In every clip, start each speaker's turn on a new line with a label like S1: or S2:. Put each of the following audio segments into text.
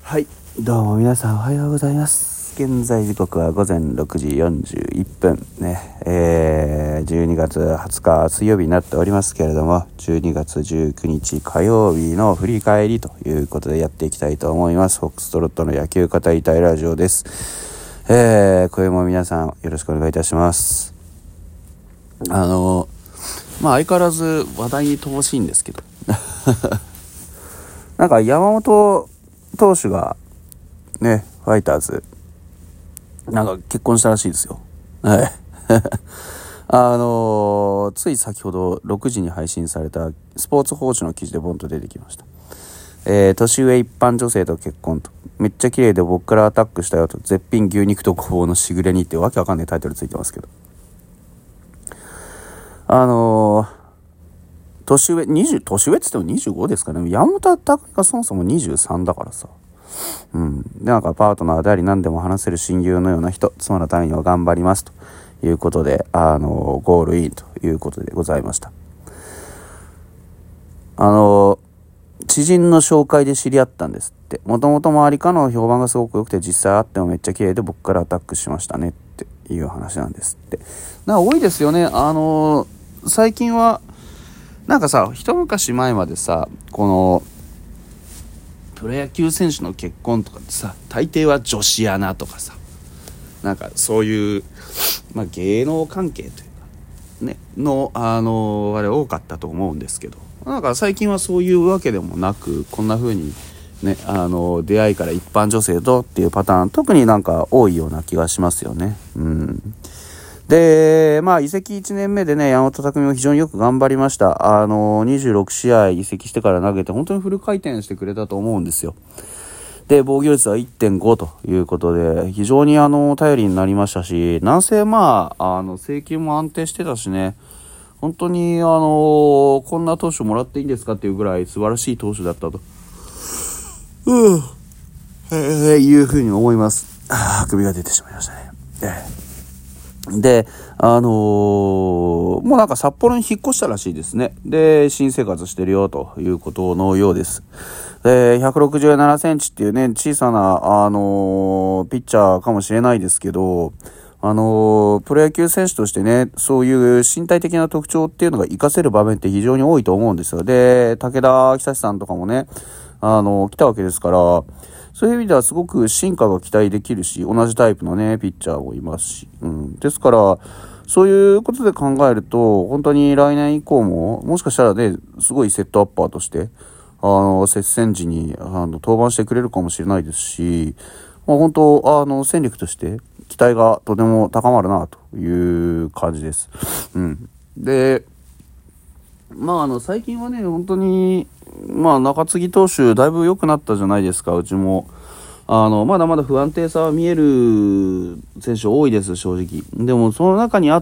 S1: はい、どうも皆さんおはようございます。現在時刻は午前6時41分ね、12月20日水曜日になっておりますけれども、12月19日火曜日の振り返りということでやっていきたいと思います。フォックストロットの野球語りたいラジオです。今夜も皆さんよろしくお願いいたします。相変わらず話題に乏しいんですけどなんか山本投手がね、ファイターズなんか結婚したらしいですよ。はいつい先ほど6時に配信されたスポーツ報知の記事でボンと出てきました。年上一般女性と結婚と、めっちゃ綺麗で僕からアタックしたよと、絶品牛肉とごぼうのしぐれにってわけわかんないタイトルついてますけど、年上っつっても25ですかね。山本拓がそもそも23だからさ。で、なんかパートナーであり何でも話せる親友のような人、妻のためには頑張りますということで、ゴールインということでございました。知人の紹介で知り合ったんですって。もともと周りからの評判がすごく良くて、実際会ってもめっちゃ綺麗で僕からアタックしましたねっていう話なんですって。なんか多いですよね。最近はなんかさ、一昔前までさ、このプロ野球選手の結婚とかってさ、大抵は女子アナとかさ、なんかそういう、芸能関係というかねのあれ多かったと思うんですけど、なんか最近はそういうわけでもなく、こんな風にね、出会いから一般女性とっていうパターン、特になんか多いような気がしますよね。で、移籍1年目でね、山本拓実も非常によく頑張りました。26試合移籍してから投げて、本当にフル回転してくれたと思うんですよ。で、防御率は 1.5 ということで、非常に頼りになりましたし、なんせ制球も安定してたしね、本当にこんな投手もらっていいんですかっていうぐらい素晴らしい投手だったと。いうふうに思います。首が出てしまいましたね。で、もうなんか札幌に引っ越したらしいですね。で、新生活してるよということのようです。167センチっていうね、小さな、ピッチャーかもしれないですけど、プロ野球選手としてね、そういう身体的な特徴っていうのが活かせる場面って非常に多いと思うんですよ。で、武田久志さんとかもね、来たわけですから、そういう意味ではすごく進化が期待できるし、同じタイプのね、ピッチャーもいますし。ですから、そういうことで考えると、本当に来年以降も、もしかしたらね、すごいセットアッパーとして、接戦時に、登板してくれるかもしれないですし、本当、戦力として期待がとても高まるな、という感じです。で、最近はね、本当に、中継ぎ投手だいぶ良くなったじゃないですか。うちもまだまだ不安定さは見える選手多いです、正直。でもその中にあって、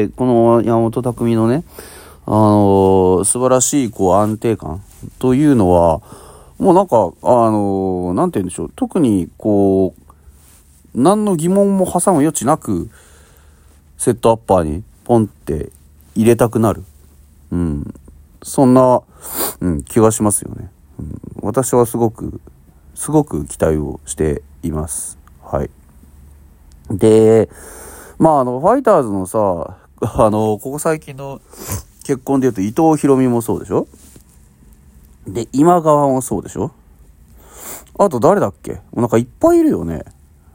S1: この山本拓実のね、素晴らしい安定感というのは、もうなんかなんて言うんでしょう、特に何の疑問も挟む余地なくセットアッパーにポンって入れたくなる、そんな、気がしますよね。私はすごく期待をしています。はい。で、ファイターズのさ、ここ最近の結婚で言うと伊藤大海もそうでしょ。で、今川もそうでしょ。あと誰だっけ？なんかいっぱいいるよね。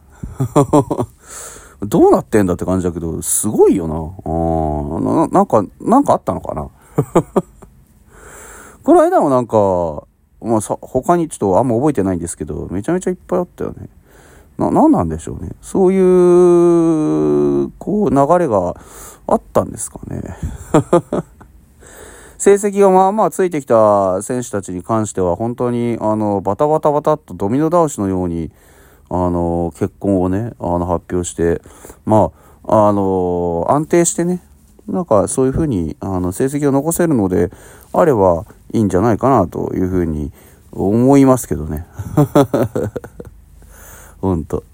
S1: どうなってんだって感じだけど、すごいよな。なんかあったのかな。この間もなんか、他にちょっとあんま覚えてないんですけど、めちゃめちゃいっぱいあったよね。なんなんでしょうね。そういう、流れがあったんですかね。成績がついてきた選手たちに関しては、本当に、バタバタバタっとドミノ倒しのように、結婚をね、発表して、安定してね、なんかそういうふうに成績を残せるのであればいいんじゃないかなというふうに思いますけどね。ほんと。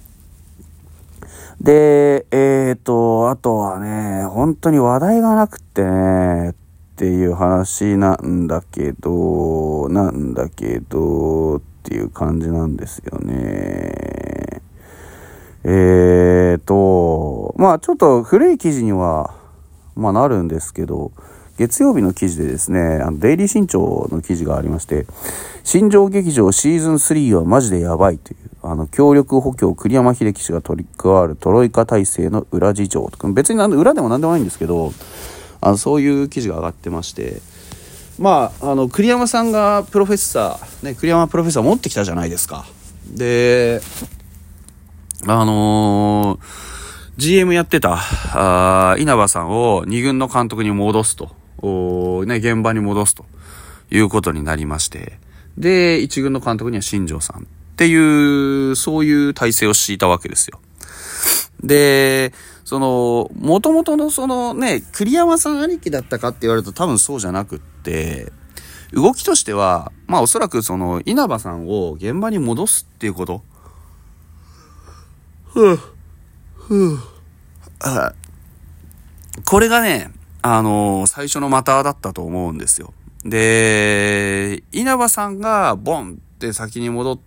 S1: で、あとはね、本当に話題がなくってねっていう話なんだけどっていう感じなんですよね。まあちょっと古い記事にはまあなるんですけど、月曜日の記事でですね、デイリー新潮の記事がありまして、新庄劇場シーズン3はマジでやばいという、協力補強栗山英樹氏が取り加わるトロイカ体制の裏事情とか、別に裏でも何でもないんですけど、そういう記事が上がってまして、まあ、栗山さんがプロフェッサー、ね、栗山プロフェッサー持ってきたじゃないですか。で、GM やってた稲葉さんを2軍の監督に戻すと、現場に戻すということになりまして、で1軍の監督には新庄さんっていうそういう体制を敷いたわけですよ。で元々の栗山さんありきだったかって言われると多分そうじゃなくって、動きとしてはまあおそらく稲葉さんを現場に戻すっていうこと、これがね、最初の股だったと思うんですよ。で、稲葉さんがボンって先に戻って、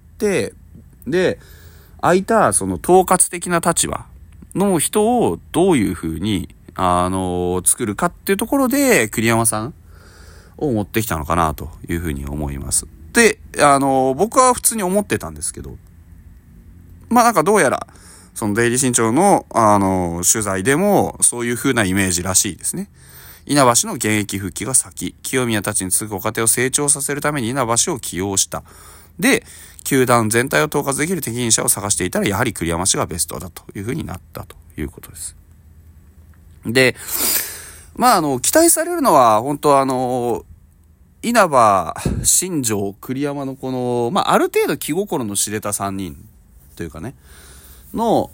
S1: で、空いた統括的な立場の人をどういう風に、作るかっていうところで、栗山さんを持ってきたのかなという風に思います。で、僕は普通に思ってたんですけど、まあなんかどうやら、デイリー新潮の、取材でもそういう風なイメージらしいですね。稲葉氏の現役復帰が先、清宮たちに続く若手を成長させるために稲葉氏を起用した。で、球団全体を統括できる適任者を探していたら、やはり栗山氏がベストだという風になったということです。で、まあ期待されるのは本当稲葉、新庄、栗山のある程度気心の知れた3人というかね、の、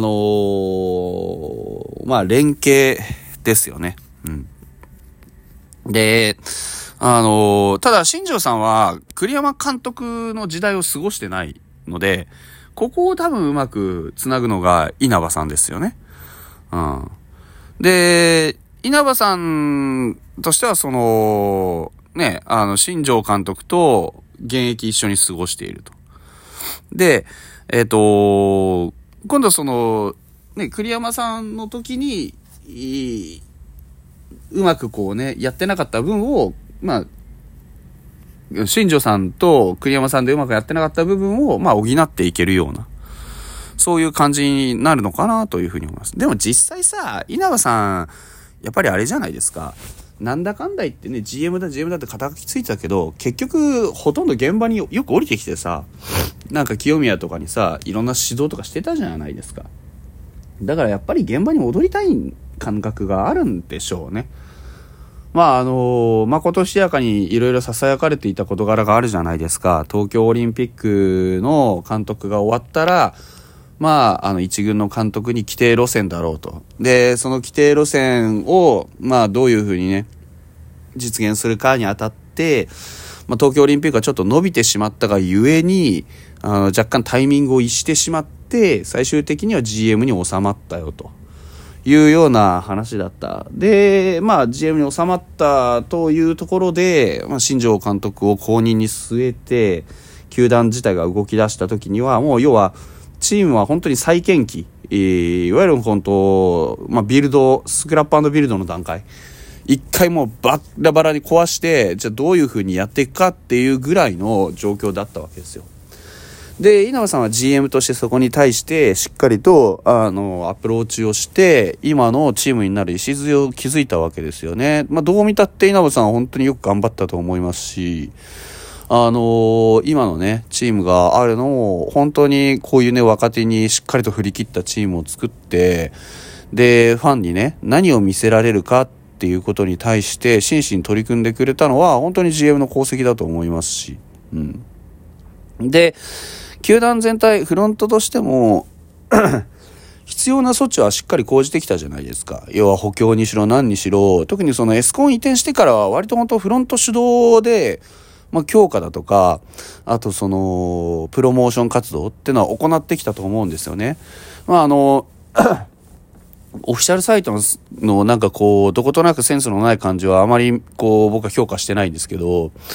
S1: 連携ですよね。で、ただ、新庄さんは、栗山監督の時代を過ごしてないので、ここを多分うまくつなぐのが稲葉さんですよね。で、稲葉さんとしては、新庄監督と現役一緒に過ごしていると。で、今度栗山さんの時に、うまくやってなかった分を、新庄さんと栗山さんでうまくやってなかった部分を、補っていけるような、そういう感じになるのかなというふうに思います。でも実際さ、稲葉さん、やっぱりあれじゃないですか。なんだかんだ言ってね、GM だって肩書きついてたけど、結局、ほとんど現場によく降りてきてさ、なんか清宮とかにさ、いろんな指導とかしてたじゃないですか。だからやっぱり現場に戻りたい感覚があるんでしょうね。まことしやかにいろいろ囁かれていた事柄があるじゃないですか。東京オリンピックの監督が終わったら、一軍の監督に規定路線だろうと。で、その規定路線を、どういうふうにね、実現するかにあたって、東京オリンピックはちょっと伸びてしまったがゆえに、若干タイミングを逸してしまって、最終的には GM に収まったよというような話だった。で、GM に収まったというところで、新庄監督を後任に据えて、球団自体が動き出した時には、もう要は、チームは本当に再建期、いわゆる本当、ビルド、スクラップ&ビルドの段階。一回もうバラバラに壊して、じゃあどういう風にやっていくかっていうぐらいの状況だったわけですよ。で、稲葉さんは GM としてそこに対してしっかりと、アプローチをして、今のチームになる礎を築いたわけですよね。どう見たって稲葉さんは本当によく頑張ったと思いますし、今のね、チームがあるのも、本当にこういうね、若手にしっかりと振り切ったチームを作って、で、ファンにね、何を見せられるかっていうことに対して真摯に取り組んでくれたのは、本当に GM の功績だと思いますし、で、球団全体、フロントとしても、必要な措置はしっかり講じてきたじゃないですか。要は補強にしろ何にしろ、特にエスコン移転してからは割と本当フロント主導で、強化だとか、あとプロモーション活動っていうのは行ってきたと思うんですよね。オフィシャルサイトのどことなくセンスのない感じはあまり僕は評価してないんですけど、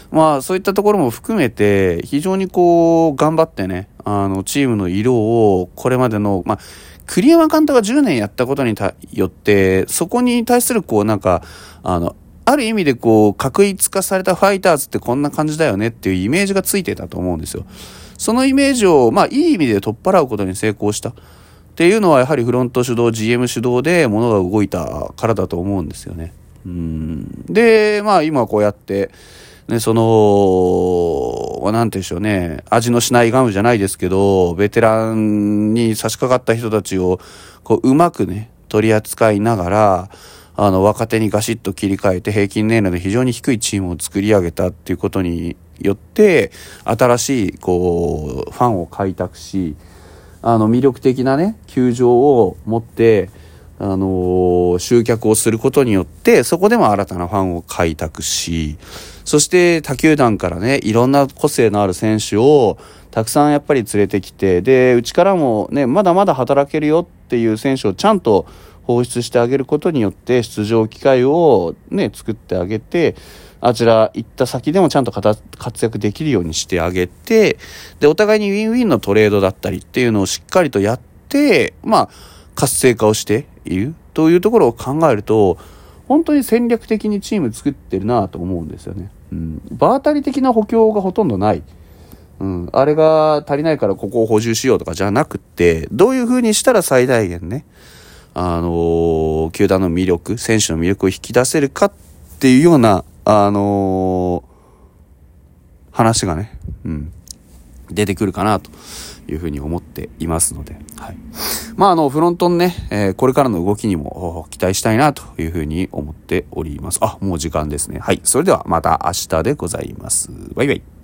S1: まあそういったところも含めて非常にこう頑張ってね、チームの色をこれまでの、まあ栗山監督が10年やったことによって、そこに対するこうなんか、ある意味でこう確一化されたファイターズってこんな感じだよねっていうイメージがついてたと思うんですよ。そのイメージをまあいい意味で取っ払うことに成功したっていうのはやはりフロント主導 GM 主導で物が動いたからだと思うんですよね。でまあ今こうやってね、そのなんて言うんでしょうね、味のしないガムじゃないですけどベテランに差し掛かった人たちをこううまくね取り扱いながら若手にガシッと切り替えて平均年齢の非常に低いチームを作り上げたっていうことによって新しいこうファンを開拓し魅力的なね球場を持って集客をすることによってそこでも新たなファンを開拓し、そして他球団からねいろんな個性のある選手をたくさんやっぱり連れてきて、でうちからもねまだまだ働けるよっていう選手をちゃんと放出してあげることによって出場機会をね作ってあげて、あちら行った先でもちゃんと活躍できるようにしてあげて、でお互いにウィンウィンのトレードだったりっていうのをしっかりとやって、まあ活性化をしているというところを考えると本当に戦略的にチーム作ってるなと思うんですよね。場当たり的な補強がほとんどない。あれが足りないからここを補充しようとかじゃなくて、どういう風にしたら最大限ね球団の魅力、選手の魅力を引き出せるかっていうような話がね、出てくるかなというふうに思っていますので、はい。まあフロントのね、これからの動きにも期待したいなというふうに思っております。もう時間ですね。はい。それではまた明日でございます。バイバイ。